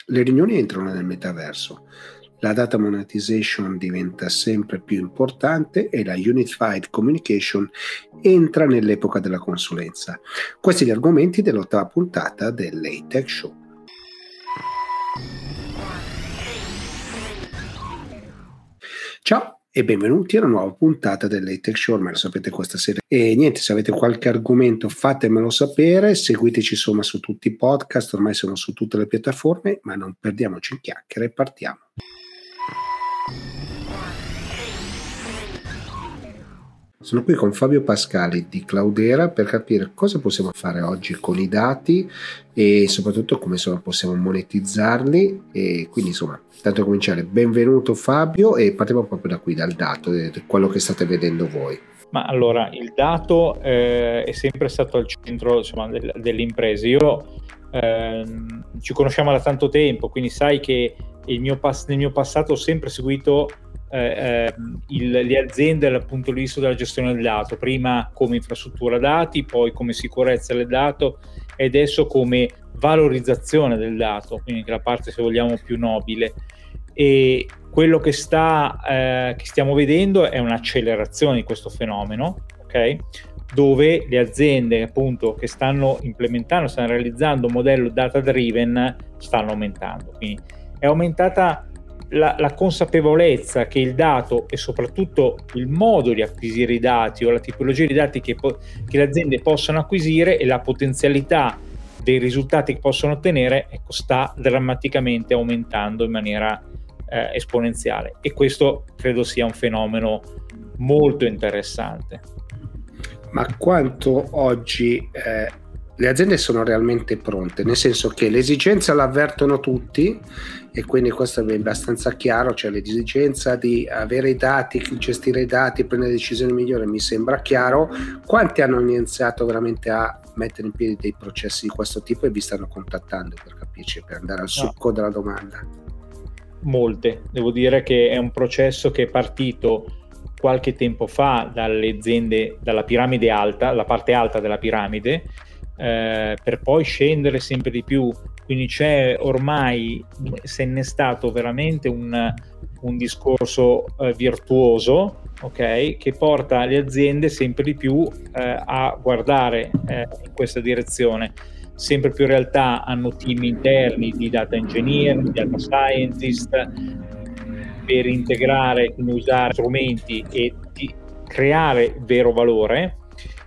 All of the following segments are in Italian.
Le riunioni entrano nel metaverso. La data monetization diventa sempre più importante e la Unified Communication entra nell'epoca della consulenza. Questi gli argomenti dell'8ª puntata del Late Tech Show. Ciao e benvenuti alla nuova puntata del Late Tech Show, ormai lo sapete questa sera. E niente, se avete qualche argomento fatemelo sapere, seguiteci insomma su tutti i podcast, ormai siamo su tutte le piattaforme, ma non perdiamoci in chiacchiere e partiamo. Sono qui con Fabio Pascali di Cloudera per capire cosa possiamo fare oggi con i dati e soprattutto come possiamo monetizzarli. E quindi insomma, tanto a cominciare, benvenuto Fabio, e partiamo proprio da qui, dal dato, quello che state vedendo voi. Ma allora, il dato è sempre stato al centro, insomma, delle imprese. Io ci conosciamo da tanto tempo, quindi sai che nel mio passato ho sempre seguito le aziende dal punto di vista della gestione del dato, prima come infrastruttura dati, poi come sicurezza del dato e adesso come valorizzazione del dato, quindi la parte, se vogliamo, più nobile. E quello che stiamo vedendo è un'accelerazione di questo fenomeno, ok? Dove le aziende appunto che stanno realizzando un modello data driven stanno aumentando, quindi è aumentata la consapevolezza che il dato e soprattutto il modo di acquisire i dati o la tipologia di dati che le aziende possono acquisire e la potenzialità dei risultati che possono ottenere, ecco, sta drammaticamente aumentando in maniera esponenziale, e questo credo sia un fenomeno molto interessante. Ma quanto oggi le aziende sono realmente pronte, nel senso che l'esigenza l'avvertono tutti e quindi questo è abbastanza chiaro, cioè l'esigenza di avere i dati, gestire i dati, prendere decisioni migliori mi sembra chiaro. Quanti hanno iniziato veramente a mettere in piedi dei processi di questo tipo e vi stanno contattando, per capirci, per andare al succo della domanda? Molte, devo dire che è un processo che è partito qualche tempo fa dalle aziende, dalla piramide alta, la parte alta della piramide, per poi scendere sempre di più, quindi c'è ormai, si è innestato veramente un discorso virtuoso, ok, che porta le aziende sempre di più a guardare in questa direzione. Sempre più realtà hanno team interni di data engineer, di data scientist, per integrare, quindi usare strumenti e di creare vero valore.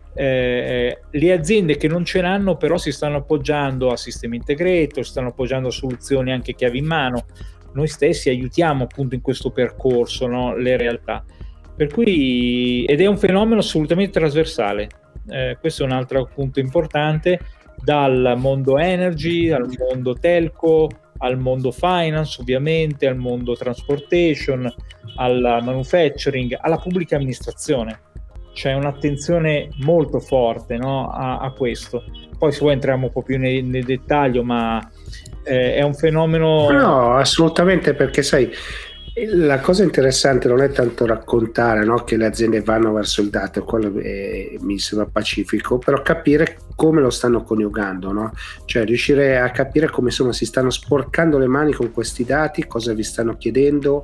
Le aziende che non ce l'hanno però si stanno appoggiando a sistemi integrator, stanno appoggiando a soluzioni anche chiave in mano. Noi stessi aiutiamo appunto in questo percorso, no, le realtà, per cui, ed è un fenomeno assolutamente trasversale. Questo è un altro punto importante, dal mondo energy al mondo telco, al mondo finance ovviamente, al mondo transportation, al manufacturing, alla pubblica amministrazione. C'è un'attenzione molto forte, no, a questo. Poi se vuoi entriamo un po' più nel dettaglio, ma è un fenomeno... No, assolutamente, perché sai, la cosa interessante non è tanto raccontare, no, che le aziende vanno verso il dato, quello mi sembra pacifico, però capire come lo stanno coniugando, no? Cioè riuscire a capire come insomma si stanno sporcando le mani con questi dati, cosa vi stanno chiedendo.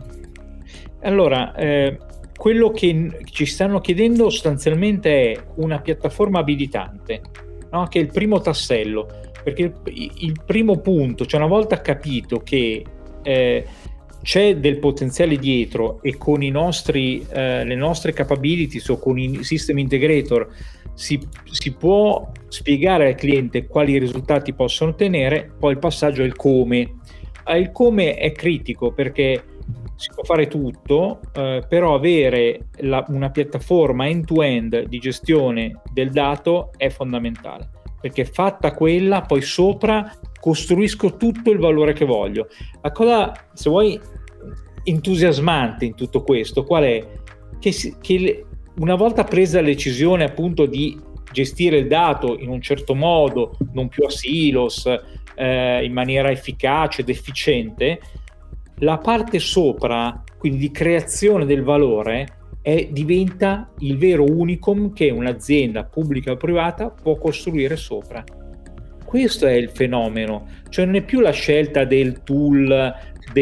Allora, quello che ci stanno chiedendo sostanzialmente è una piattaforma abilitante, no? Che è il primo tassello, perché il primo punto, cioè una volta capito che c'è del potenziale dietro e con le nostre capabilities o con i system integrator si può spiegare al cliente quali risultati possono ottenere, poi il passaggio è il come. Il come è critico perché si può fare tutto, però avere una piattaforma end-to-end di gestione del dato è fondamentale, perché fatta quella, poi sopra costruisco tutto il valore che voglio. La cosa, se vuoi, entusiasmante in tutto questo qual è? Che una volta presa la decisione appunto di gestire il dato in un certo modo, non più a silos, in maniera efficace ed efficiente, la parte sopra, quindi di creazione del valore, diventa il vero unicum che un'azienda pubblica o privata può costruire sopra. Questo è il fenomeno, cioè non è più la scelta del tool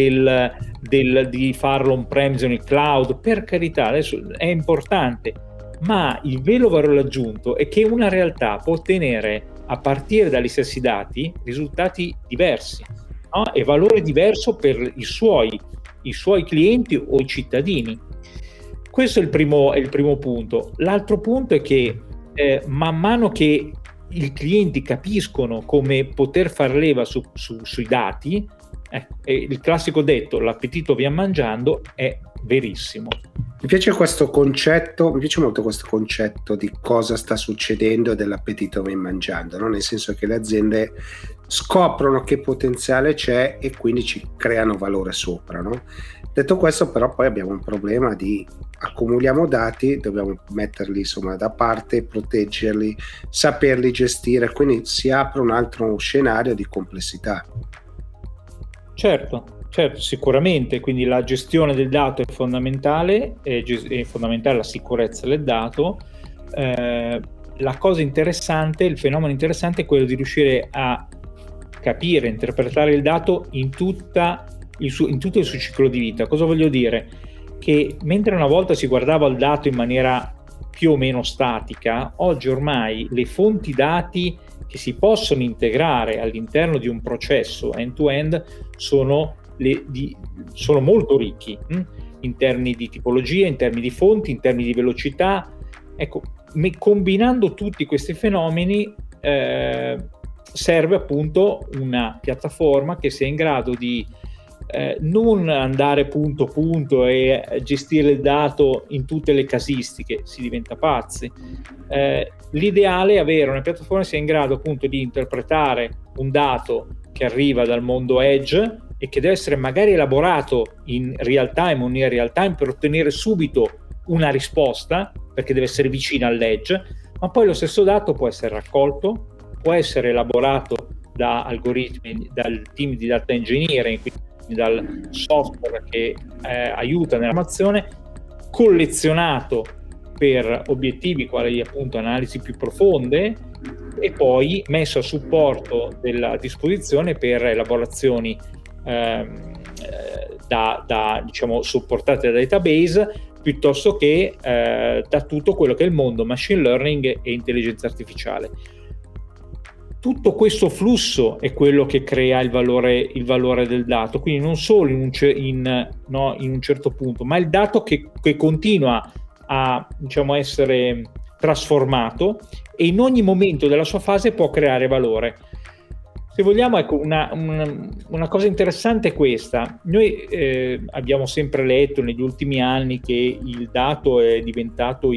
di farlo on-premise o nel cloud, per carità, adesso è importante, ma il vero valore aggiunto è che una realtà può ottenere a partire dagli stessi dati risultati diversi, no? E valore diverso per i suoi clienti o i cittadini. Questo è il primo punto. L'altro punto è che man mano che i clienti capiscono come poter far leva sui dati, il classico detto l'appetito via mangiando è verissimo. Mi piace molto questo concetto di cosa sta succedendo e dell'appetito via mangiando, no? Nel senso che le aziende scoprono che potenziale c'è e quindi ci creano valore sopra, no? Detto questo, però, poi abbiamo un problema di accumuliamo dati, dobbiamo metterli insomma da parte, proteggerli, saperli gestire, quindi si apre un altro scenario di complessità. Certo, sicuramente, quindi la gestione del dato è fondamentale, è fondamentale la sicurezza del dato. La cosa interessante, il fenomeno interessante è quello di riuscire a capire, interpretare il dato in tutto il suo ciclo di vita. Cosa voglio dire? Che mentre una volta si guardava il dato in maniera più o meno statica, oggi ormai le fonti dati che si possono integrare all'interno di un processo end-to-end sono molto ricchi in termini di tipologia, in termini di fonti, in termini di velocità. Ecco, combinando tutti questi fenomeni serve appunto una piattaforma che sia in grado di non andare punto punto e gestire il dato in tutte le casistiche, si diventa pazzi. L'ideale è avere una piattaforma che sia in grado appunto di interpretare un dato che arriva dal mondo edge e che deve essere magari elaborato in real time o in real time per ottenere subito una risposta, perché deve essere vicina all'edge, ma poi lo stesso dato può essere raccolto, può essere elaborato da algoritmi, dal team di data engineering, quindi dal software che aiuta nella formazione, collezionato per obiettivi quali appunto analisi più profonde e poi messo a supporto della disposizione per elaborazioni diciamo supportate da database, piuttosto che da tutto quello che è il mondo machine learning e intelligenza artificiale. Tutto questo flusso è quello che crea il valore del dato, quindi non solo in un certo punto, ma il dato che continua a, diciamo, essere trasformato e in ogni momento della sua fase può creare valore. Se vogliamo, ecco, una cosa interessante è questa. Noi abbiamo sempre letto negli ultimi anni che il dato è diventato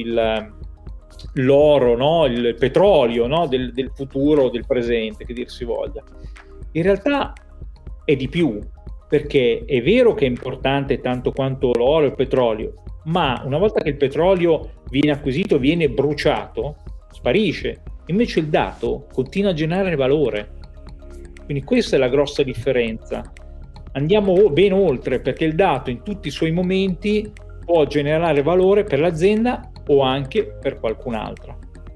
l'oro, no? Il petrolio, no? del futuro, del presente, che dir si voglia. In realtà è di più, perché è vero che è importante tanto quanto l'oro e il petrolio, ma una volta che il petrolio viene acquisito, viene bruciato, sparisce. Invece il dato continua a generare valore. Quindi questa è la grossa differenza. Andiamo ben oltre, perché il dato in tutti i suoi momenti può generare valore per l'azienda o anche per qualcun altro.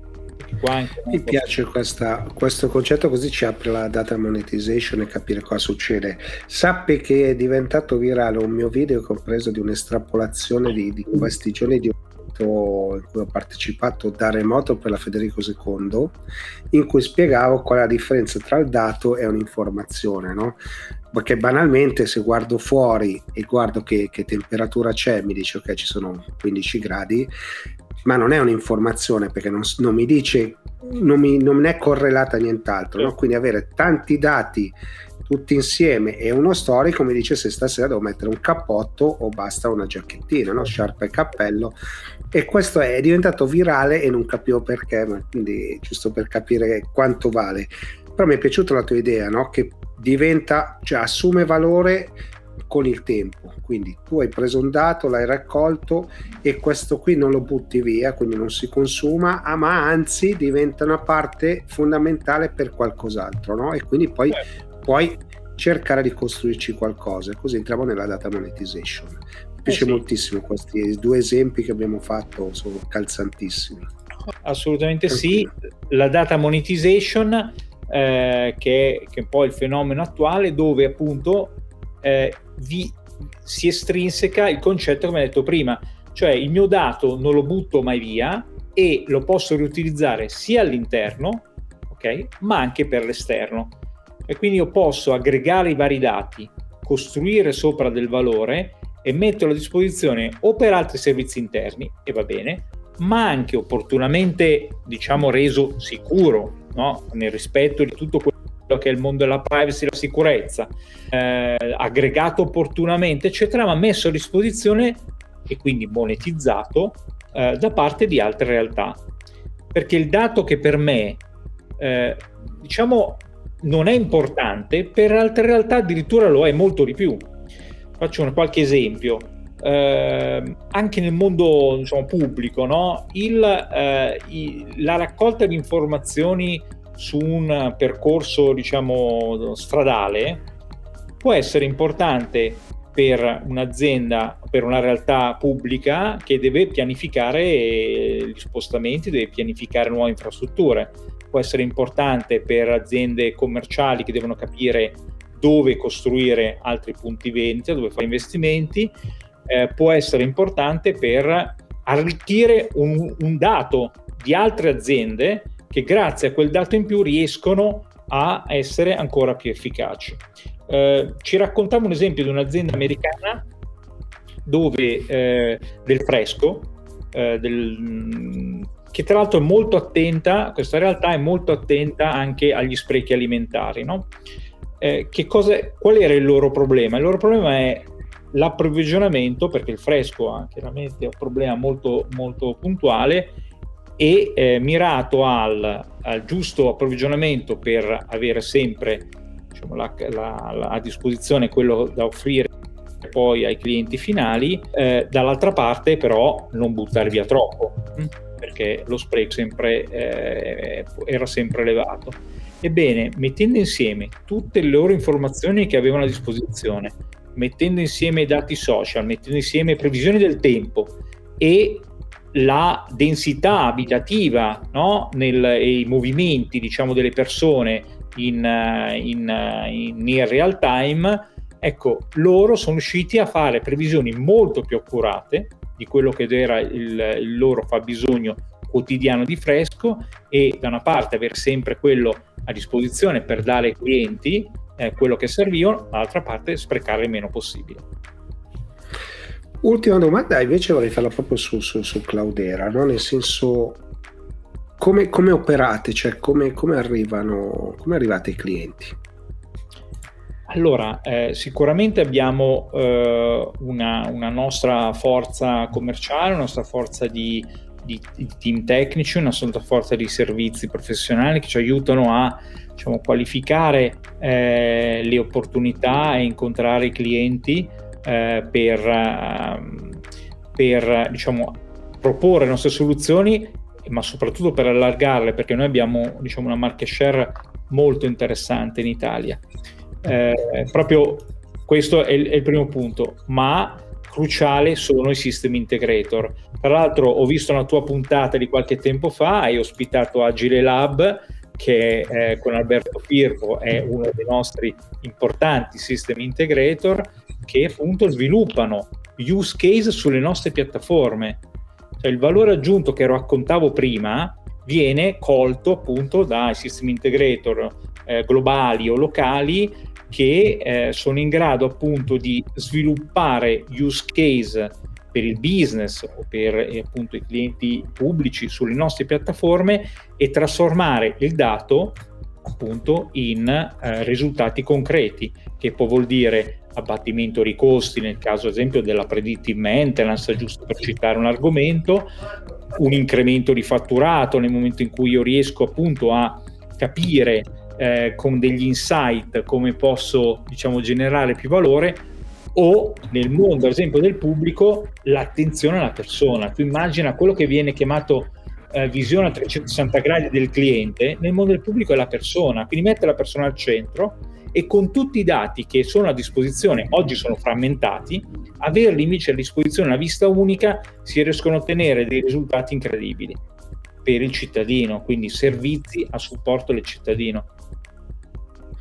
Mi piace questo concetto, così ci apre la data monetization e capire cosa succede. Sappi che è diventato virale un mio video che ho preso di un'estrapolazione di questi giorni di in cui ho partecipato da remoto per la Federico II, in cui spiegavo qual è la differenza tra il dato e un'informazione, no? Perché banalmente se guardo fuori e guardo che temperatura c'è, mi dice ok, ci sono 15 gradi, ma non è un'informazione perché non mi dice, non è correlata a nient'altro, no? Quindi avere tanti dati tutti insieme e uno storico mi dice se stasera devo mettere un cappotto o basta una giacchettina, no? Sciarpa e cappello. E questo è diventato virale e non capivo perché, ma quindi giusto per capire quanto vale. Però mi è piaciuta la tua idea, no? Che diventa, cioè assume valore con il tempo. Quindi tu hai preso un dato, l'hai raccolto e questo qui non lo butti via, quindi non si consuma, ma anzi diventa una parte fondamentale per qualcos'altro, no? E quindi poi puoi cercare di costruirci qualcosa, e così entriamo nella data monetization. Mi piace moltissimo questi due esempi che abbiamo fatto, sono calzantissimi. Assolutamente sì. La data monetization che è un po' il fenomeno attuale, dove appunto si estrinseca il concetto, come ho detto prima, cioè il mio dato non lo butto mai via e lo posso riutilizzare sia all'interno, ok, ma anche per l'esterno, e quindi io posso aggregare i vari dati, costruire sopra del valore e metterlo a disposizione o per altri servizi interni, e va bene, ma anche opportunamente, diciamo, reso sicuro, no? Nel rispetto di tutto quello che è il mondo della privacy e la sicurezza, aggregato opportunamente, eccetera, ma messo a disposizione e quindi monetizzato da parte di altre realtà. Perché il dato che per me, diciamo, non è importante, per altre realtà addirittura lo è molto di più. Faccio qualche esempio. Anche nel mondo, diciamo, pubblico, no? La raccolta di informazioni su un percorso, diciamo, stradale può essere importante per un'azienda, per una realtà pubblica che deve pianificare gli spostamenti, deve pianificare nuove infrastrutture. Può essere importante per aziende commerciali che devono capire dove costruire altri punti vendita, dove fare investimenti. Può essere importante per arricchire un dato di altre aziende che grazie a quel dato in più riescono a essere ancora più efficaci. Ci raccontava un esempio di un'azienda americana dove del fresco, che tra l'altro è molto attenta, questa realtà è molto attenta anche agli sprechi alimentari, no? Qual era il loro problema? Il loro problema è l'approvvigionamento, perché il fresco ha chiaramente un problema molto, molto puntuale e mirato al giusto approvvigionamento per avere sempre, diciamo, a disposizione quello da offrire poi ai clienti finali, dall'altra parte però non buttare via troppo, perché lo spreco era sempre elevato. Ebbene, mettendo insieme tutte le loro informazioni che avevano a disposizione, mettendo insieme i dati social, mettendo insieme previsioni del tempo e la densità abitativa, no? E i movimenti, diciamo, delle persone in near real time, ecco, loro sono riusciti a fare previsioni molto più accurate di quello che era il loro fabbisogno quotidiano di fresco, e da una parte avere sempre quello a disposizione per dare ai clienti quello che servivano, dall'altra parte sprecare il meno possibile. Ultima domanda invece vorrei farla proprio su Cloudera, no? Nel senso, come operate, cioè come arrivate ai clienti? Allora, sicuramente abbiamo una nostra forza commerciale, una nostra forza di team tecnici, una nostra forza di servizi professionali che ci aiutano a, diciamo, qualificare le opportunità e incontrare i clienti per diciamo, proporre le nostre soluzioni, ma soprattutto per allargarle, perché noi abbiamo, diciamo, una market share molto interessante in Italia. Proprio questo è il primo punto, ma cruciale sono i system integrator. Tra l'altro ho visto una tua puntata di qualche tempo fa, hai ospitato Agile Lab, che con Alberto Firpo è uno dei nostri importanti system integrator, che appunto sviluppano use case sulle nostre piattaforme. Cioè, il valore aggiunto che raccontavo prima viene colto appunto dai system integrator globali o locali, che sono in grado appunto di sviluppare use case per il business o per appunto i clienti pubblici sulle nostre piattaforme e trasformare il dato appunto in risultati concreti, che poi vuol dire abbattimento di costi nel caso ad esempio della predictive maintenance, giusto per citare un argomento, un incremento di fatturato nel momento in cui io riesco appunto a capire con degli insight come posso, diciamo, generare più valore, o nel mondo ad esempio del pubblico l'attenzione alla persona. Tu immagina quello che viene chiamato visione a 360 gradi del cliente, nel mondo del pubblico è la persona, quindi mette la persona al centro, e con tutti i dati che sono a disposizione, oggi sono frammentati, averli invece a disposizione una vista unica, si riescono a ottenere dei risultati incredibili per il cittadino, quindi servizi a supporto del cittadino.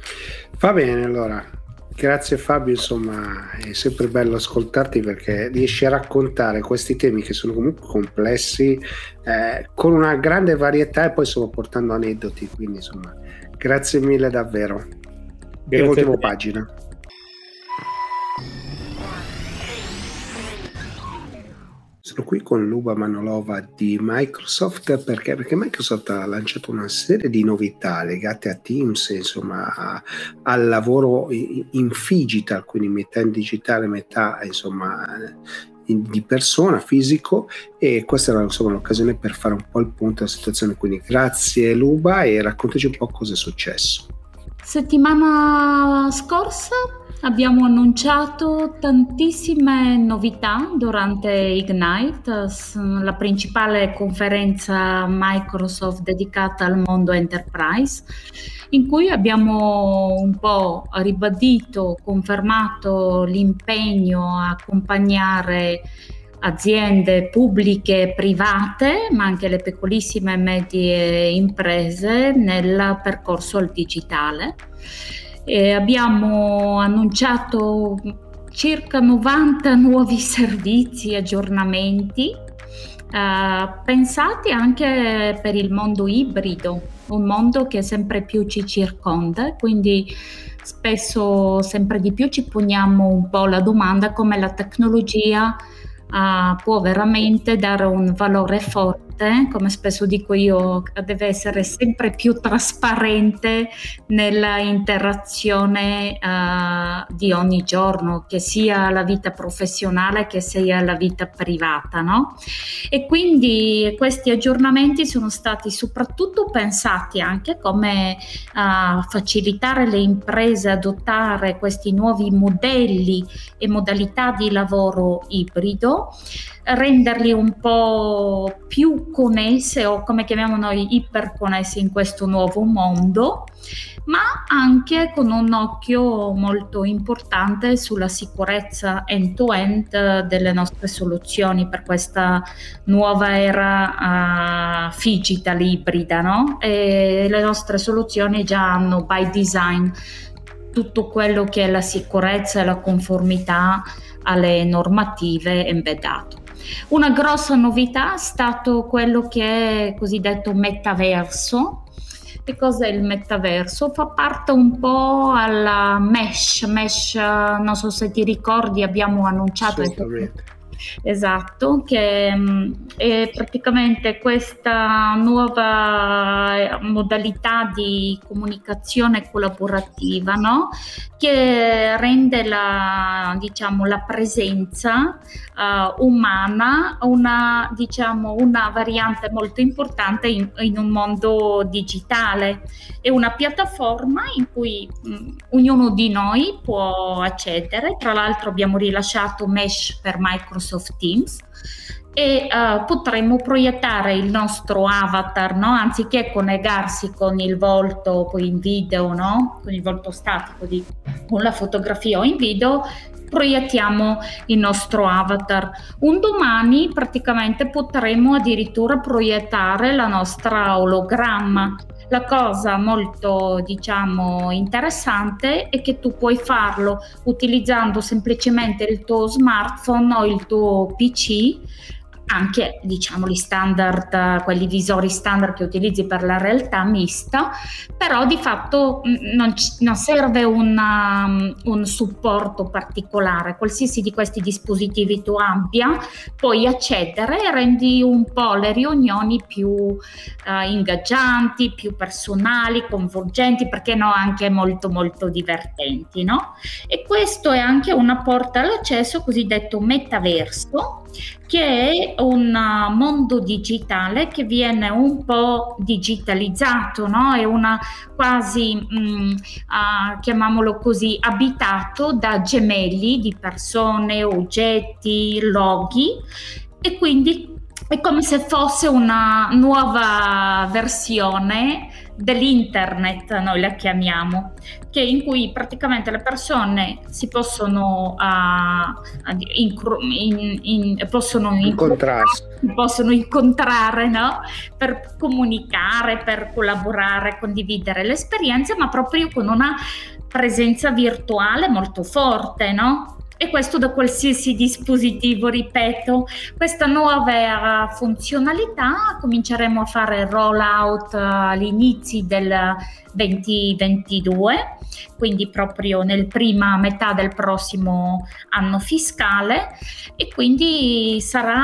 Va bene, allora. Grazie Fabio, insomma è sempre bello ascoltarti perché riesci a raccontare questi temi che sono comunque complessi con una grande varietà e poi solo portando aneddoti, quindi insomma grazie mille davvero. Grazie. E ultima pagina. Sono qui con Luba Manolova di Microsoft perché Microsoft ha lanciato una serie di novità legate a Teams, insomma al lavoro in phygital, quindi metà in digitale, metà insomma di persona, fisico, e questa era insomma l'occasione per fare un po' il punto della situazione. Quindi grazie Luba e raccontaci un po' cosa è successo. Settimana scorsa abbiamo annunciato tantissime novità durante Ignite, la principale conferenza Microsoft dedicata al mondo enterprise, in cui abbiamo un po' ribadito, confermato l'impegno a accompagnare aziende pubbliche e private, ma anche le piccolissime e medie imprese nel percorso al digitale. Abbiamo annunciato circa 90 nuovi servizi, aggiornamenti, pensati anche per il mondo ibrido, un mondo che sempre più ci circonda, quindi spesso sempre di più ci poniamo un po' la domanda come la tecnologia può veramente dare un valore forte, come spesso dico io, deve essere sempre più trasparente nella interazione di ogni giorno, che sia la vita professionale che sia la vita privata, no? E quindi questi aggiornamenti sono stati soprattutto pensati anche come facilitare le imprese a adottare questi nuovi modelli e modalità di lavoro ibrido, renderli un po' più connesse, o come chiamiamo noi iperconnesse in questo nuovo mondo, ma anche con un occhio molto importante sulla sicurezza end-to-end delle nostre soluzioni per questa nuova era phygital ibrida, no? E le nostre soluzioni già hanno by design tutto quello che è la sicurezza e la conformità alle normative embeddato. Una grossa novità è stato quello che è cosiddetto metaverso. Che cos'è il metaverso? Fa parte un po' alla Mesh, non so se ti ricordi, abbiamo annunciato esatto, che è praticamente questa nuova modalità di comunicazione collaborativa, no? Che rende la presenza umana una variante molto importante in un mondo digitale. È una piattaforma in cui ognuno di noi può accedere. Tra l'altro abbiamo rilasciato Mesh per Microsoft Teams e potremo proiettare il nostro avatar, no? Anziché collegarsi con il volto, poi in video, no? Con il volto statico, con la fotografia o in video, proiettiamo il nostro avatar. Un domani praticamente potremo addirittura proiettare la nostra ologramma. La cosa molto interessante è che tu puoi farlo utilizzando semplicemente il tuo smartphone o il tuo PC, anche gli standard, quelli visori standard che utilizzi per la realtà mista, però di fatto non serve un supporto particolare. Qualsiasi di questi dispositivi tu abbia, puoi accedere e rendi un po' le riunioni più ingaggianti, più personali, coinvolgenti, perché no, anche molto molto divertenti, no? E questo è anche una porta all'accesso cosiddetto metaverso, che è un mondo digitale che viene un po' digitalizzato, no? È una quasi, chiamiamolo così, abitato da gemelli di persone, oggetti, loghi, e quindi è come se fosse una nuova versione dell'internet, noi la chiamiamo, in cui praticamente le persone si possono, possono incontrare, no? Per comunicare, per collaborare, condividere le esperienze, ma proprio con una presenza virtuale molto forte, no? E questo da qualsiasi dispositivo, ripeto. Questa nuova funzionalità cominceremo a fare il rollout all'inizio del 2022, quindi proprio nel prima metà del prossimo anno fiscale, e quindi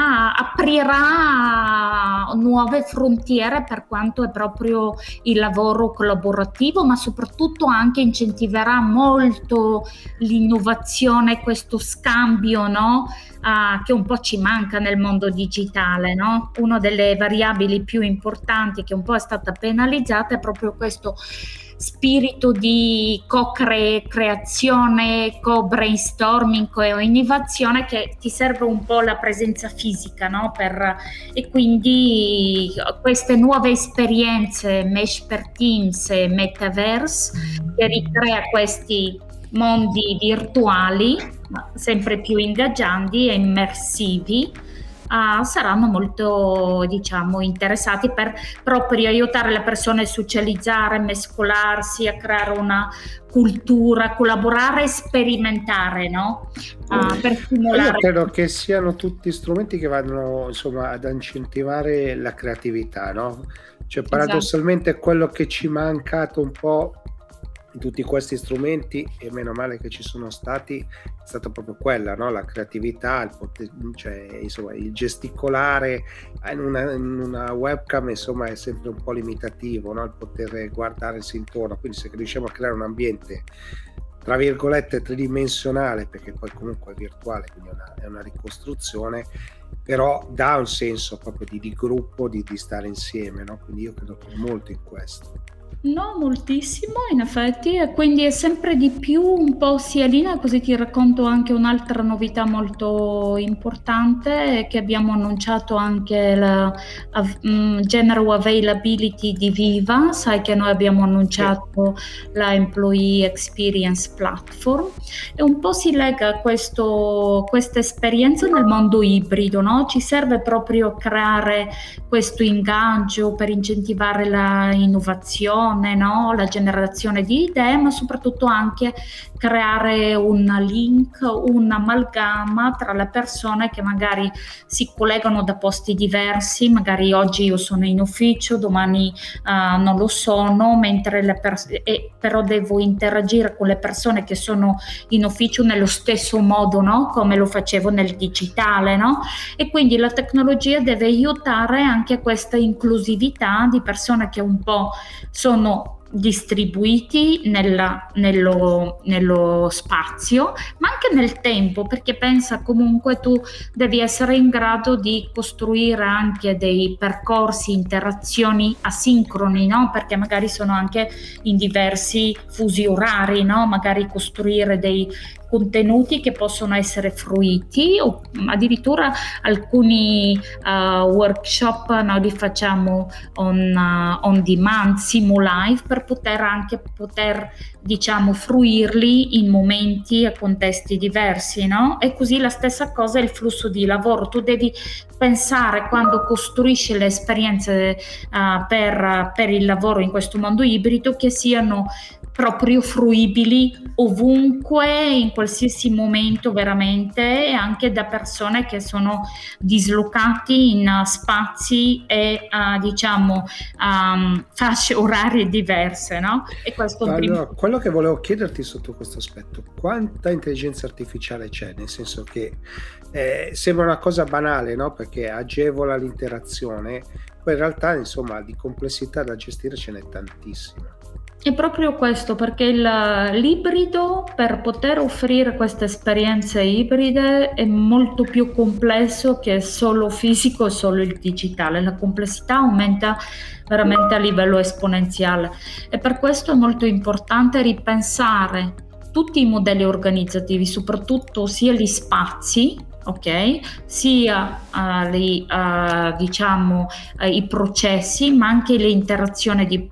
aprirà nuove frontiere per quanto è proprio il lavoro collaborativo, ma soprattutto anche incentiverà molto l'innovazione, questo scambio, no? Che un po' ci manca nel mondo digitale, no? Una delle variabili più importanti che un po' è stata penalizzata è proprio questo spirito di co-creazione, co-brainstorming, co-innovazione, che ti serve un po' la presenza fisica, no? E quindi queste nuove esperienze, Mesh per Teams e Metaverse, che ricrea questi mondi virtuali sempre più ingaggianti e immersivi, saranno molto, diciamo, interessati per proprio aiutare le persone a socializzare, mescolarsi, a creare una cultura, collaborare e sperimentare, no? Per stimolare. Io credo che siano tutti strumenti che vanno, insomma, ad incentivare la creatività, no? Cioè, paradossalmente, esatto, quello che ci è mancato un po' in tutti questi strumenti, e meno male che ci sono stati, è stata proprio quella, no? La creatività, cioè, insomma, il gesticolare in una webcam, insomma, è sempre un po' limitativo, no? Il poter guardarsi intorno. Quindi se riusciamo a creare un ambiente tra virgolette tridimensionale, perché poi comunque è virtuale, quindi è una ricostruzione, però dà un senso proprio di gruppo, di stare insieme, no? Quindi io credo che molto in questo. No, moltissimo in effetti, e quindi è sempre di più un po' si allinea. Così ti racconto anche un'altra novità molto importante, che abbiamo annunciato anche la General Availability di Viva. Sai che noi abbiamo annunciato la Employee Experience Platform, e un po' si lega a questa esperienza nel mondo ibrido, no? Ci serve proprio creare questo ingaggio per incentivare la innovazione, no? La generazione di idee, ma soprattutto anche creare un link, un'amalgama tra le persone che magari si collegano da posti diversi. Magari oggi io sono in ufficio, domani non lo sono, mentre però devo interagire con le persone che sono in ufficio nello stesso modo, no? Come lo facevo nel digitale, no? E quindi la tecnologia deve aiutare anche questa inclusività di persone che un po' sono distribuiti nello spazio, ma anche nel tempo, perché pensa comunque tu devi essere in grado di costruire anche dei percorsi, interazioni asincroni, no? Perché magari sono anche in diversi fusi orari, no? Magari costruire dei contenuti che possono essere fruiti, o addirittura alcuni workshop noi li facciamo on demand, simu-live, per poter diciamo fruirli in momenti e contesti diversi, no? E così la stessa cosa è il flusso di lavoro. Tu devi pensare, quando costruisci le esperienze per il lavoro in questo mondo ibrido, che siano proprio fruibili ovunque, in qualsiasi momento, veramente, e anche da persone che sono dislocati in spazi e diciamo fasce orarie diverse, no? E questo allora, quello che volevo chiederti sotto questo aspetto: quanta intelligenza artificiale c'è? Nel senso che sembra una cosa banale, no? Perché agevola l'interazione, poi in realtà, insomma, di complessità da gestire ce n'è tantissima. È proprio questo, perché l'ibrido, per poter offrire queste esperienze ibride, è molto più complesso che solo fisico e solo il digitale. La complessità aumenta veramente a livello esponenziale, e per questo è molto importante ripensare tutti i modelli organizzativi, soprattutto sia gli spazi, ok, sia diciamo i processi, ma anche le interazioni di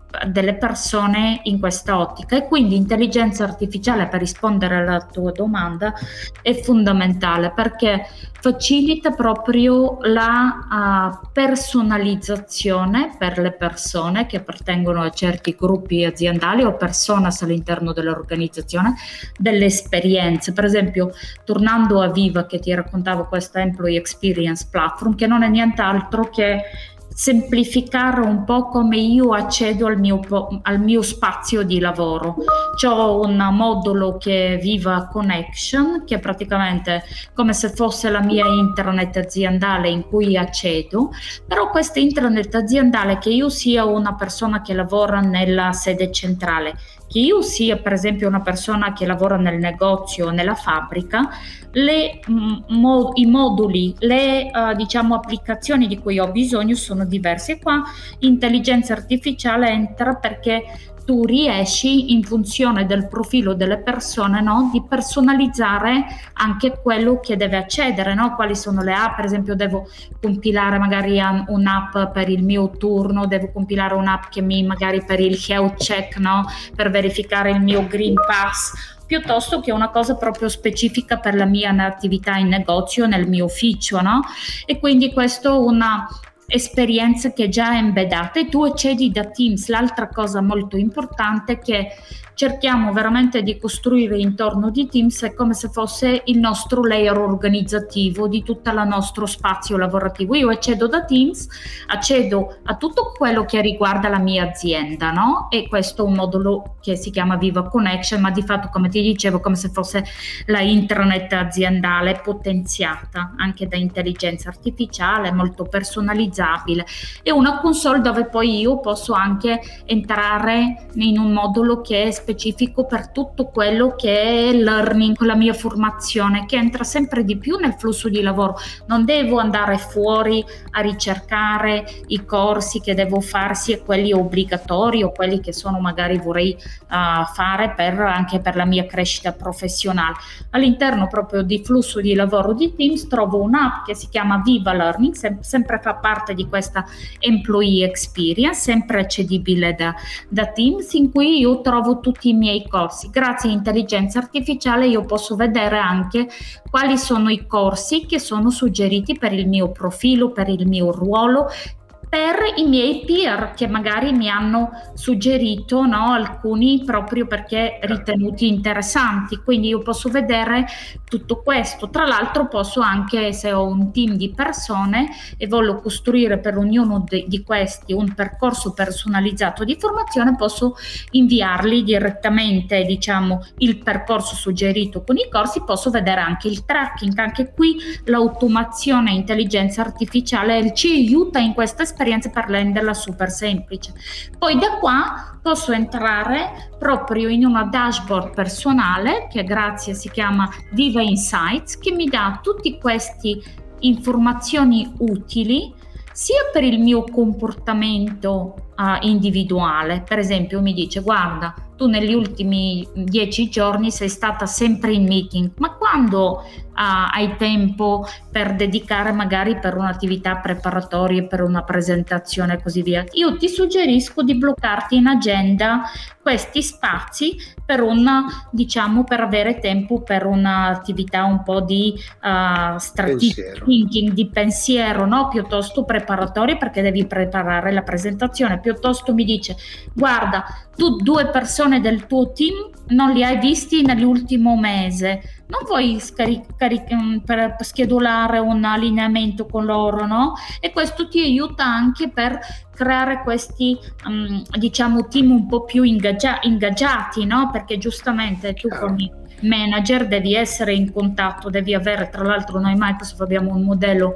delle persone in questa ottica. E quindi intelligenza artificiale, per rispondere alla tua domanda, è fondamentale perché facilita proprio la personalizzazione per le persone che appartengono a certi gruppi aziendali o personas all'interno dell'organizzazione, delle esperienze. Per esempio, tornando a Viva, che ti raccontavo, questa Employee Experience Platform, che non è nient'altro che semplificare un po' come io accedo al mio spazio di lavoro. C'ho un modulo che è Viva Connection, che è praticamente come se fosse la mia intranet aziendale in cui accedo, però questa intranet aziendale, che io sia una persona che lavora nella sede centrale, che io sia per esempio una persona che lavora nel negozio o nella fabbrica, i moduli, le diciamo applicazioni di cui ho bisogno sono diverse. E qua intelligenza artificiale entra perché tu riesci, in funzione del profilo delle persone, no, di personalizzare anche quello che deve accedere, no? Quali sono le app. Per esempio, devo compilare magari un'app per il mio turno, devo compilare un'app che magari per il health check, no? Per verificare il mio Green Pass, piuttosto che una cosa proprio specifica per la mia attività in negozio, nel mio ufficio, no? E quindi questo è una esperienza che è già embeddata e tu accedi da Teams. L'altra cosa molto importante è che cerchiamo veramente di costruire intorno di Teams è come se fosse il nostro layer organizzativo di tutto il nostro spazio lavorativo. Io accedo da Teams, accedo a tutto quello che riguarda la mia azienda, no? E questo è un modulo che si chiama Viva Connection, ma di fatto, come ti dicevo, come se fosse la intranet aziendale potenziata anche da intelligenza artificiale, molto personalizzabile, e una console dove poi io posso anche entrare in un modulo che è specifico per tutto quello che è learning, la mia formazione, che entra sempre di più nel flusso di lavoro. Non devo andare fuori a ricercare i corsi che devo fare, sia quelli obbligatori o quelli che sono magari vorrei fare anche per la mia crescita professionale. All'interno proprio di flusso di lavoro di Teams trovo un'app che si chiama Viva Learning, sempre fa parte di questa Employee Experience, sempre accedibile da Teams, in cui io trovo tutti i miei corsi. Grazie a intelligenza artificiale io posso vedere anche quali sono i corsi che sono suggeriti per il mio profilo, per il mio ruolo, per i miei peer che magari mi hanno suggerito, no, alcuni proprio perché ritenuti interessanti. Quindi io posso vedere tutto questo. Tra l'altro posso anche, se ho un team di persone e voglio costruire per ognuno di questi un percorso personalizzato di formazione, posso inviarli direttamente, diciamo, il percorso suggerito con i corsi. Posso vedere anche il tracking. Anche qui l'automazione, intelligenza artificiale ci aiuta in questa esperienza per renderla super semplice. Poi da qua posso entrare proprio in una dashboard personale che si chiama Viva Insights, che mi dà tutti questi informazioni utili sia per il mio comportamento individuale. Per esempio mi dice: guarda, tu negli ultimi 10 giorni sei stata sempre in meeting, ma quando hai tempo per dedicare magari per un'attività preparatoria, per una presentazione e così via? Io ti suggerisco di bloccarti in agenda questi spazi per per avere tempo per un'attività un po' di strategic thinking, di pensiero, no? Piuttosto preparatoria, perché devi preparare la presentazione. Piuttosto mi dice: guarda, tu 2 persone del tuo team non li hai visti nell'ultimo mese, non vuoi per schedulare un allineamento con loro, no? E questo ti aiuta anche per creare questi team un po' più ingaggiati, no? Perché giustamente tu come manager devi essere in contatto, devi avere, tra l'altro noi Microsoft abbiamo un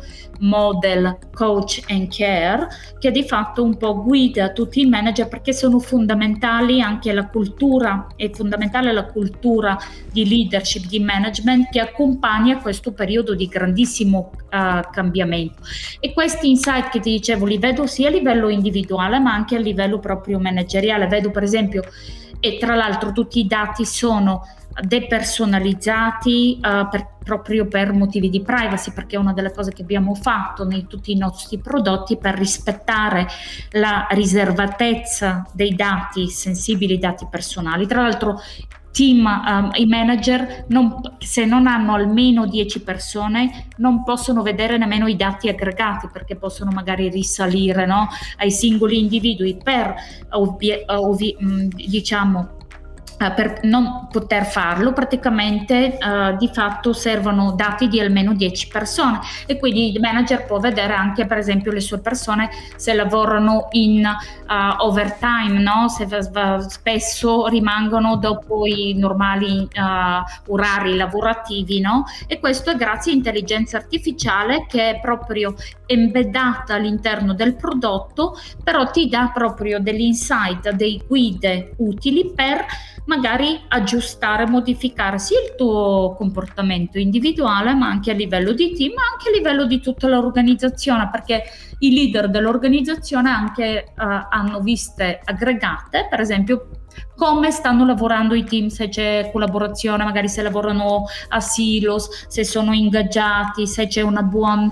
model coach and care che di fatto un po' guida tutti i manager, perché sono fondamentali anche la cultura, è fondamentale la cultura di leadership, di management che accompagna questo periodo di grandissimo cambiamento. E questi insight che ti dicevo li vedo sia a livello individuale ma anche a livello proprio manageriale. Vedo per esempio, e tra l'altro tutti i dati sono depersonalizzati proprio per motivi di privacy, perché è una delle cose che abbiamo fatto nei tutti i nostri prodotti per rispettare la riservatezza dei dati sensibili, dati personali. Tra l'altro i manager se non hanno almeno 10 persone non possono vedere nemmeno i dati aggregati, perché possono magari risalire, no, ai singoli individui. Per non poter farlo, praticamente di fatto servono dati di almeno 10 persone, e quindi il manager può vedere anche, per esempio, le sue persone se lavorano in overtime, no? Se spesso rimangono dopo i normali orari lavorativi, no? E questo è grazie a intelligenza artificiale, che è proprio embeddata all'interno del prodotto, però ti dà proprio degli insight, dei guide utili per magari aggiustare, modificare sia il tuo comportamento individuale, ma anche a livello di team, ma anche a livello di tutta l'organizzazione, perché i leader dell'organizzazione anche hanno viste aggregate, per esempio come stanno lavorando i team, se c'è collaborazione, magari se lavorano a silos, se sono ingaggiati, se c'è una buon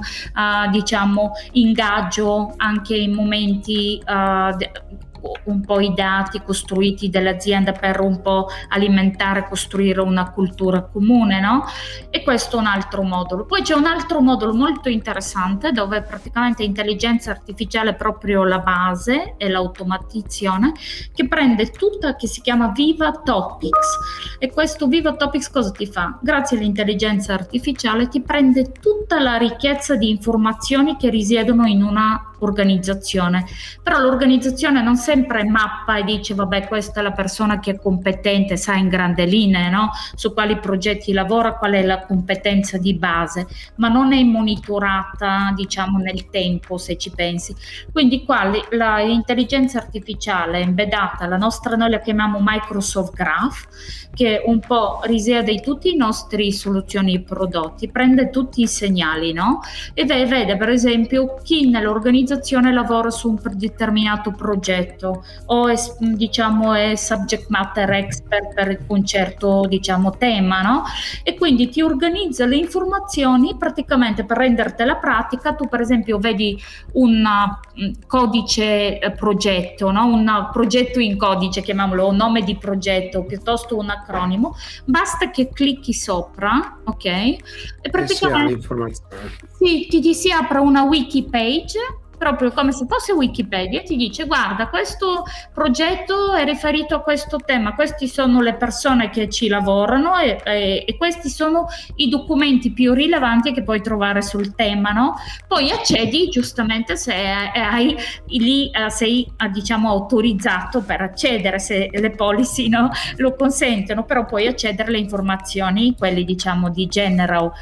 ingaggio anche in momenti un po' i dati costruiti dall'azienda per un po' alimentare, costruire una cultura comune, no? E questo è un altro modulo. Poi c'è un altro modulo molto interessante, dove praticamente intelligenza artificiale è proprio la base e l'automatizzazione, che prende tutta, che si chiama Viva Topics. E questo Viva Topics cosa ti fa? Grazie all'intelligenza artificiale ti prende tutta la ricchezza di informazioni che risiedono in una organizzazione, però l'organizzazione non sempre mappa e dice vabbè, questa è la persona che è competente, sa in grandi linee, no? Su quali progetti lavora, qual è la competenza di base, ma non è monitorata, diciamo, nel tempo, se ci pensi. Quindi qua l'intelligenza artificiale è embeddata, noi la chiamiamo Microsoft Graph, che un po' risiede in tutti i nostri soluzioni e prodotti, prende tutti i segnali, no? E vede per esempio chi nell'organizzazione lavora su un determinato progetto o è subject matter expert per un certo, diciamo, tema, no? E quindi ti organizza le informazioni praticamente per rendertela pratica. Tu per esempio vedi un codice progetto, no? Un progetto in codice, chiamiamolo, un nome di progetto piuttosto un acronimo, basta che clicchi sopra, ok? E praticamente ti si apre una wiki page, proprio come se fosse Wikipedia, ti dice guarda, questo progetto è riferito a questo tema, questi sono le persone che ci lavorano e questi sono i documenti più rilevanti che puoi trovare sul tema, no? Poi accedi giustamente se hai lì sei diciamo autorizzato per accedere, se le policy, no, lo consentono, però puoi accedere alle informazioni, quelli diciamo di general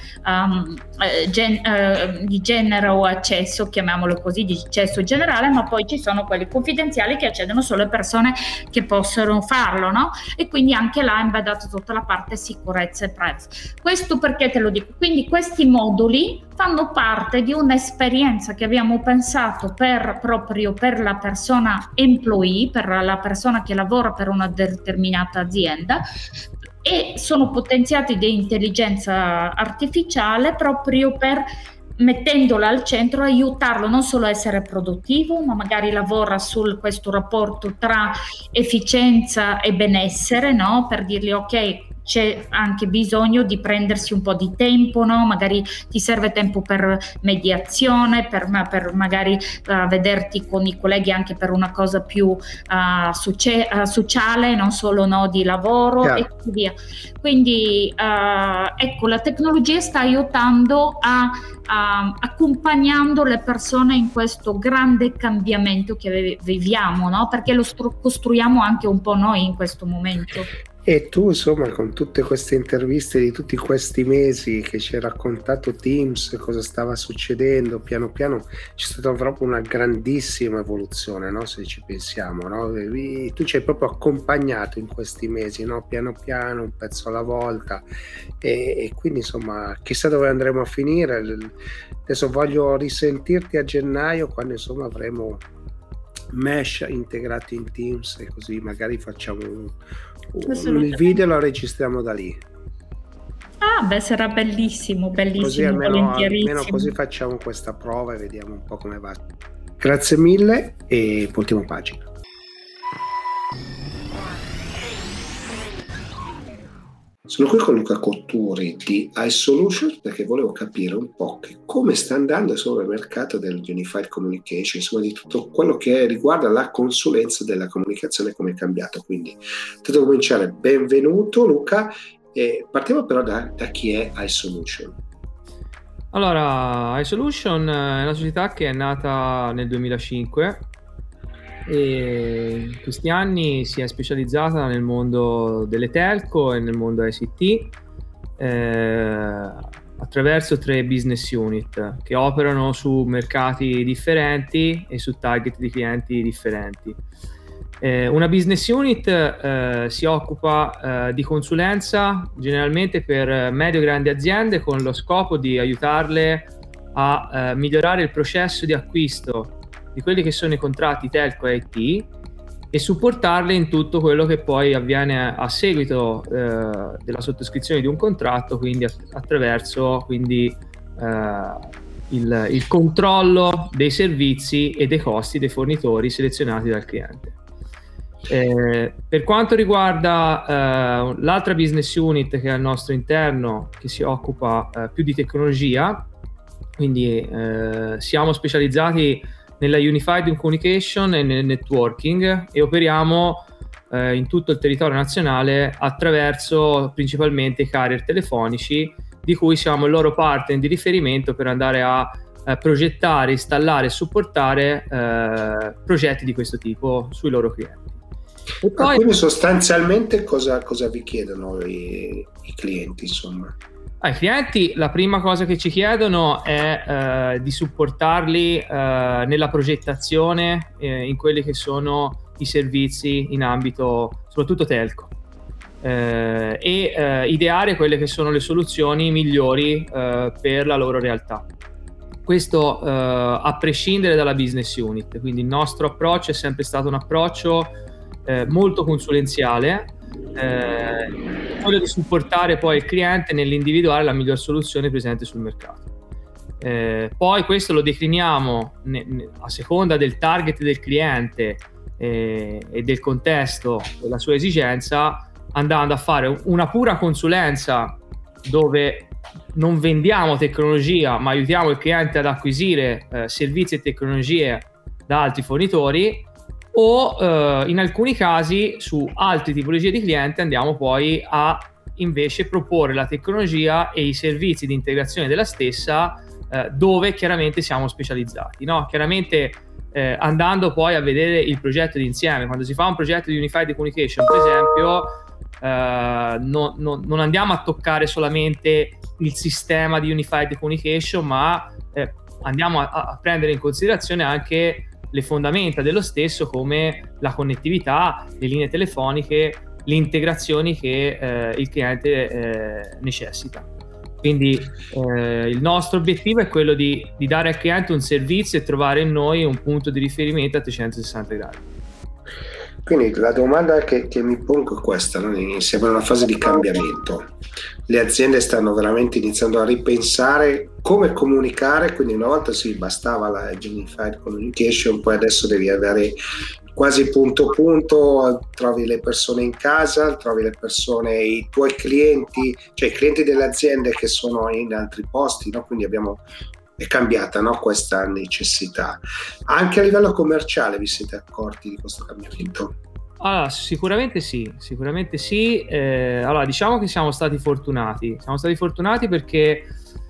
accesso, chiamiamolo così, di accesso generale, ma poi ci sono quelli confidenziali che accedono solo le persone che possono farlo, no? E quindi anche là è embeddata tutta la parte sicurezza e privacy. Questo perché te lo dico? Quindi questi moduli fanno parte di un'esperienza che abbiamo pensato proprio per la persona employee, per la persona che lavora per una determinata azienda, e sono potenziati di intelligenza artificiale proprio per, mettendola al centro, aiutarlo non solo a essere produttivo, ma magari lavora su questo rapporto tra efficienza e benessere, no? Per dirgli ok, c'è anche bisogno di prendersi un po' di tempo, no? Magari ti serve tempo per mediazione, per magari vederti con i colleghi anche per una cosa più sociale, non solo, no, di lavoro, e così via. Quindi ecco, la tecnologia sta aiutando accompagnando le persone in questo grande cambiamento che viviamo, no? Perché lo costruiamo anche un po' noi in questo momento. E tu, insomma, con tutte queste interviste di tutti questi mesi che ci hai raccontato Teams, cosa stava succedendo, piano piano c'è stata proprio una grandissima evoluzione, no? Se ci pensiamo, no? Tu ci hai proprio accompagnato in questi mesi, no? Piano piano, un pezzo alla volta, e quindi insomma chissà dove andremo a finire. Adesso voglio risentirti a gennaio, quando insomma avremo Mesh integrati in Teams, e così magari facciamo il video, lo registriamo da lì. Ah, beh, sarà bellissimo, Così almeno così facciamo questa prova e vediamo un po' come va. Grazie mille e voltiamo pagina. Sono qui con Luca Cotturi di iSolutions perché volevo capire un po' come sta andando sul mercato del Unified Communication, insomma di tutto quello che riguarda la consulenza della comunicazione, come è cambiato. Quindi, tanto cominciare, benvenuto Luca, e partiamo però da chi è iSolutions. Allora, iSolutions è una società che è nata nel 2005 e in questi anni si è specializzata nel mondo delle telco e nel mondo ICT attraverso 3 business unit che operano su mercati differenti e su target di clienti differenti. Una business unit si occupa di consulenza generalmente per medio-grandi aziende con lo scopo di aiutarle a migliorare il processo di acquisto di quelli che sono i contratti telco e IT e supportarle in tutto quello che poi avviene a seguito della sottoscrizione di un contratto, quindi attraverso il controllo dei servizi e dei costi dei fornitori selezionati dal cliente. Per quanto riguarda l'altra business unit che è al nostro interno, che si occupa più di tecnologia, quindi siamo specializzati nella Unified Communication e nel networking e operiamo in tutto il territorio nazionale attraverso principalmente i carrier telefonici, di cui siamo il loro partner di riferimento per andare a progettare, installare e supportare progetti di questo tipo sui loro clienti. E poi, quindi sostanzialmente cosa vi chiedono i clienti, insomma? I clienti la prima cosa che ci chiedono è di supportarli nella progettazione in quelli che sono i servizi in ambito soprattutto telco e ideare quelle che sono le soluzioni migliori per la loro realtà. Questo a prescindere dalla business unit, quindi il nostro approccio è sempre stato un approccio molto consulenziale, quello di supportare poi il cliente nell'individuare la miglior soluzione presente sul mercato. Poi questo lo decliniamo a seconda del target del cliente e del contesto della sua esigenza, andando a fare una pura consulenza dove non vendiamo tecnologia ma aiutiamo il cliente ad acquisire servizi e tecnologie da altri fornitori, o in alcuni casi su altre tipologie di clienti andiamo poi a invece proporre la tecnologia e i servizi di integrazione della stessa dove chiaramente siamo specializzati, no? Chiaramente andando poi a vedere il progetto d'insieme. Quando si fa un progetto di Unified Communication, per esempio, non andiamo a toccare solamente il sistema di Unified Communication, ma andiamo a prendere in considerazione anche le fondamenta dello stesso, come la connettività, le linee telefoniche, le integrazioni che il cliente necessita. Quindi il nostro obiettivo è quello di dare al cliente un servizio e trovare in noi un punto di riferimento a 360 gradi. Quindi la domanda che mi pongo è questa, no? Siamo in una fase di cambiamento, le aziende stanno veramente iniziando a ripensare come comunicare, quindi una volta sì, bastava la Unified Communication, poi adesso devi avere quasi punto a punto, trovi le persone in casa, trovi le persone, i tuoi clienti, cioè i clienti delle aziende che sono in altri posti, no? Quindi è cambiata, no, questa necessità. Anche a livello commerciale vi siete accorti di questo cambiamento? Allora, sicuramente sì. Allora, diciamo che siamo stati fortunati perché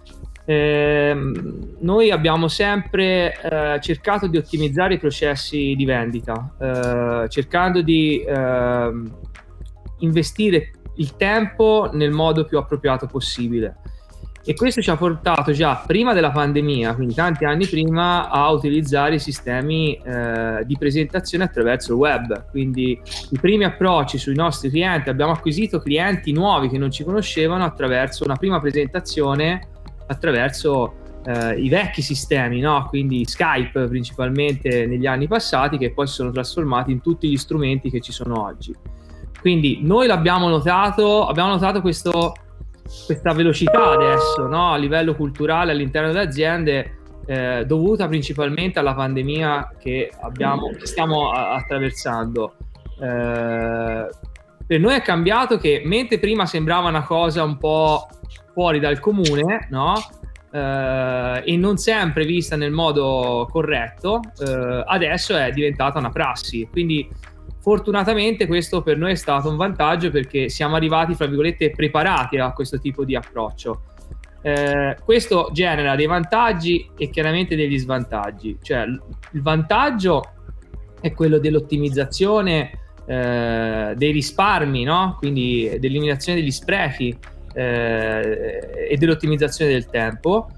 noi abbiamo sempre cercato di ottimizzare i processi di vendita, cercando di investire il tempo nel modo più appropriato possibile. E questo ci ha portato già prima della pandemia, quindi tanti anni prima, a utilizzare i sistemi di presentazione attraverso il web. Quindi i primi approcci sui nostri clienti, abbiamo acquisito clienti nuovi che non ci conoscevano attraverso una prima presentazione attraverso i vecchi sistemi, no? Quindi Skype principalmente negli anni passati, che poi si sono trasformati in tutti gli strumenti che ci sono oggi. Quindi noi abbiamo notato questa velocità adesso, no? A livello culturale all'interno delle aziende, dovuta principalmente alla pandemia che stiamo attraversando. Per noi è cambiato che mentre prima sembrava una cosa un po' fuori dal comune, no? E non sempre vista nel modo corretto, adesso è diventata una prassi. Quindi fortunatamente questo per noi è stato un vantaggio, perché siamo arrivati, fra virgolette, preparati a questo tipo di approccio. Questo genera dei vantaggi e chiaramente degli svantaggi. Cioè, il vantaggio è quello dell'ottimizzazione dei risparmi, no? Quindi dell'eliminazione degli sprechi e dell'ottimizzazione del tempo.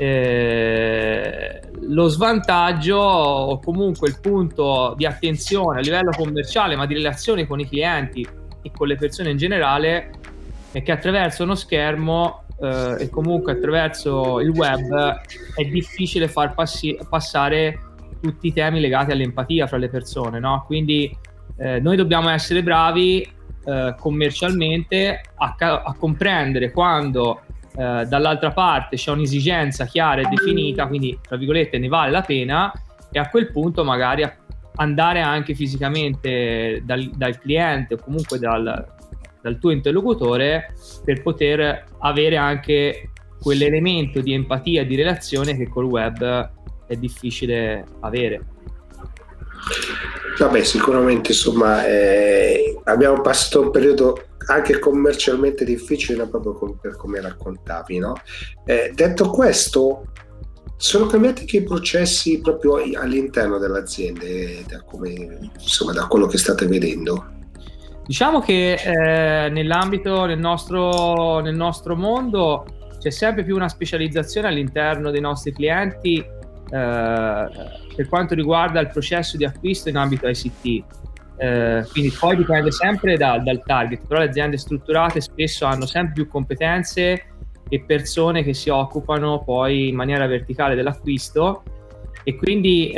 Lo svantaggio, o comunque il punto di attenzione a livello commerciale, ma di relazione con i clienti e con le persone in generale, è che attraverso uno schermo e comunque attraverso il web è difficile far passare tutti i temi legati all'empatia fra le persone, no? Quindi noi dobbiamo essere bravi commercialmente a comprendere quando dall'altra parte c'è un'esigenza chiara e definita, quindi tra virgolette ne vale la pena, e a quel punto magari andare anche fisicamente dal cliente o comunque dal tuo interlocutore, per poter avere anche quell'elemento di empatia e di relazione che col web è difficile avere. Vabbè, sicuramente insomma abbiamo passato un periodo anche commercialmente difficile, proprio per come raccontavi, no? Detto questo, sono cambiati anche i processi proprio all'interno delle aziende, da quello che state vedendo? Diciamo che nell'ambito nel nostro mondo c'è sempre più una specializzazione all'interno dei nostri clienti per quanto riguarda il processo di acquisto in ambito ICT. Quindi poi dipende sempre dal target, però le aziende strutturate spesso hanno sempre più competenze e persone che si occupano poi in maniera verticale dell'acquisto, e quindi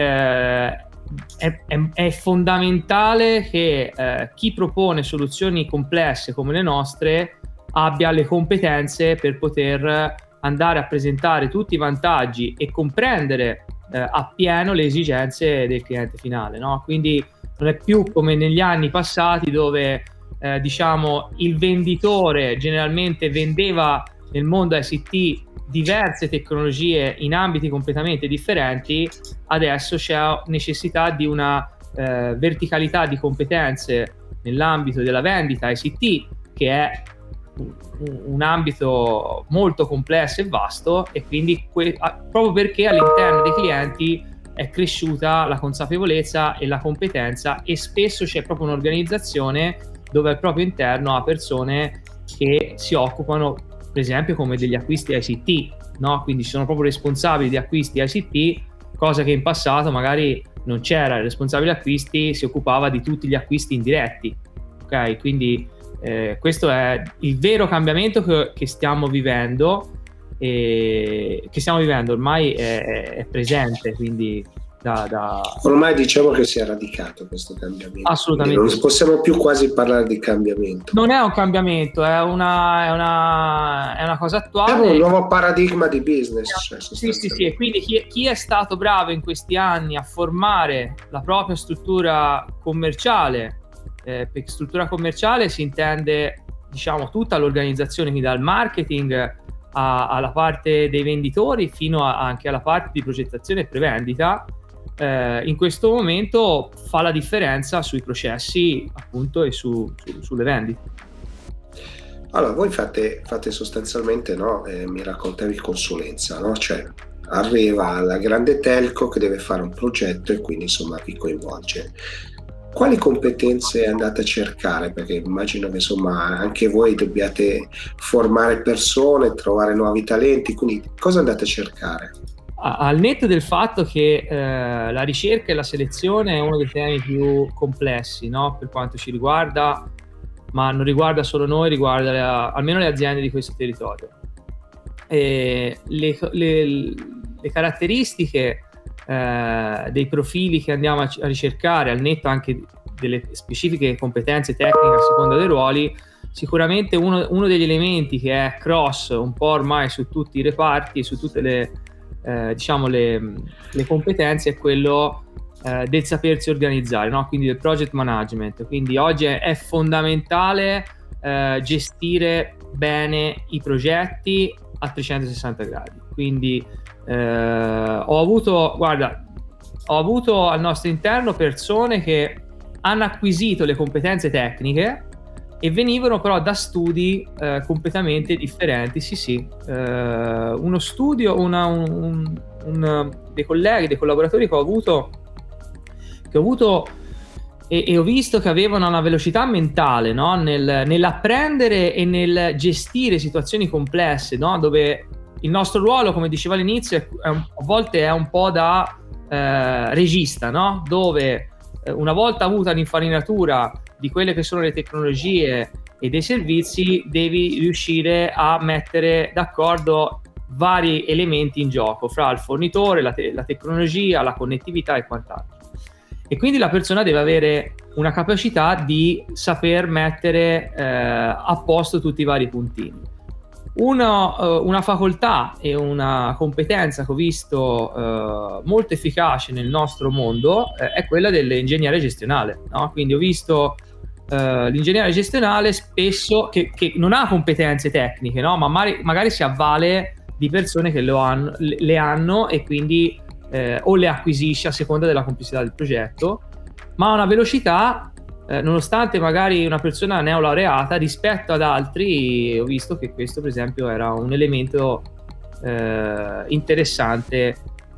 è fondamentale che chi propone soluzioni complesse come le nostre abbia le competenze per poter andare a presentare tutti i vantaggi e comprendere appieno le esigenze del cliente finale, no? Quindi non è più come negli anni passati, dove diciamo il venditore generalmente vendeva nel mondo ICT diverse tecnologie in ambiti completamente differenti. Adesso c'è necessità di una verticalità di competenze nell'ambito della vendita ICT, che è un ambito molto complesso e vasto, e quindi proprio perché all'interno dei clienti è cresciuta la consapevolezza e la competenza, e spesso c'è proprio un'organizzazione dove al proprio interno ha persone che si occupano, per esempio, come degli acquisti ICT, no? Quindi ci sono proprio responsabili di acquisti ICT, cosa che in passato magari non c'era. Il responsabile acquisti si occupava di tutti gli acquisti indiretti, ok? Quindi questo è il vero cambiamento che stiamo vivendo, e che stiamo vivendo ormai è presente, quindi ormai diciamo che si è radicato questo cambiamento. Assolutamente. Quindi non possiamo più quasi parlare di cambiamento. Non è un cambiamento, è una cosa attuale. È un nuovo paradigma di business. Sì. E quindi chi è stato bravo in questi anni a formare la propria struttura commerciale, per struttura commerciale si intende, diciamo, tutta l'organizzazione, quindi dal marketing alla parte dei venditori fino anche alla parte di progettazione e prevendita, in questo momento fa la differenza sui processi, appunto, e sulle vendite. Allora, voi fate sostanzialmente, no? Mi raccontavi consulenza, no? Cioè arriva la grande telco che deve fare un progetto e quindi insomma vi coinvolge. Quali competenze andate a cercare? Perché immagino che insomma anche voi dobbiate formare persone, trovare nuovi talenti, quindi cosa andate a cercare? Al netto del fatto che la ricerca e la selezione è uno dei temi più complessi, no? Per quanto ci riguarda, ma non riguarda solo noi, riguarda almeno le aziende di questo territorio. le caratteristiche dei profili che andiamo a ricercare, al netto anche delle specifiche competenze tecniche a seconda dei ruoli, sicuramente uno degli elementi che è cross un po' ormai su tutti i reparti, su tutte le competenze, è quello del sapersi organizzare, no? Quindi del project management. Quindi oggi è fondamentale gestire bene i progetti a 360 gradi. Quindi ho avuto al nostro interno persone che hanno acquisito le competenze tecniche e venivano però da studi completamente differenti. Uno studio, dei colleghi, dei collaboratori che ho avuto e ho visto che avevano una velocità mentale, no? Nell'apprendere e nel gestire situazioni complesse, no? Dove il nostro ruolo, come dicevo all'inizio, a volte è un po' da regista, no? Dove una volta avuta l'infarinatura di quelle che sono le tecnologie e dei servizi, devi riuscire a mettere d'accordo vari elementi in gioco fra il fornitore, la tecnologia, la connettività e quant'altro. E quindi la persona deve avere una capacità di saper mettere a posto tutti i vari puntini. Una facoltà e una competenza che ho visto molto efficace nel nostro mondo è quella dell'ingegnere gestionale, no? Quindi ho visto l'ingegnere gestionale spesso che non ha competenze tecniche, no? Ma magari si avvale di persone che le hanno e quindi o le acquisisce a seconda della complessità del progetto, ma ha una velocità, nonostante magari una persona neolaureata, rispetto ad altri. Ho visto che questo per esempio era un elemento interessante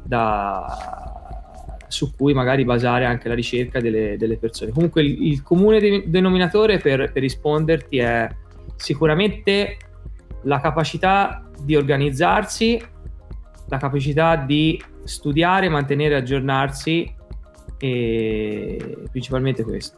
su cui magari basare anche la ricerca delle persone. Comunque il comune denominatore per risponderti è sicuramente la capacità di organizzarsi, la capacità di studiare, mantenere, aggiornarsi, e principalmente questo.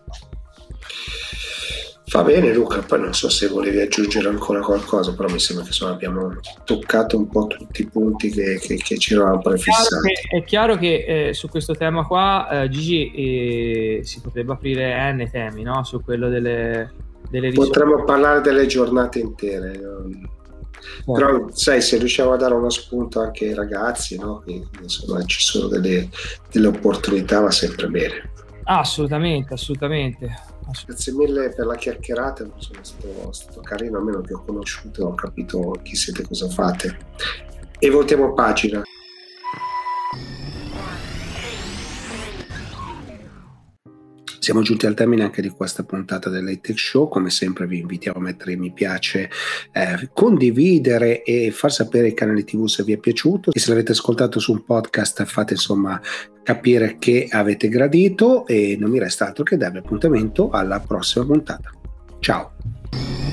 Va bene Luca, poi non so se volevi aggiungere ancora qualcosa, però mi sembra che abbiamo toccato un po' tutti i punti che ci eravamo prefissati. È chiaro che su questo tema qua, Gigi, si potrebbe aprire N temi, no? Su quello delle risorse. Potremmo parlare delle giornate intere, però sai, se riusciamo a dare uno spunto anche ai ragazzi, no? Insomma, ci sono delle opportunità, va sempre bene. Assolutamente. Grazie mille per la chiacchierata, insomma, è stato carino, almeno vi ho conosciuto, ho capito chi siete, cosa fate, e voltiamo pagina. Siamo giunti al termine anche di questa puntata dell'High-Tech Show. Come sempre vi invitiamo a mettere mi piace, condividere e far sapere ai canali TV se vi è piaciuto, e se l'avete ascoltato su un podcast fate insomma capire che avete gradito, e non mi resta altro che darvi appuntamento alla prossima puntata. Ciao!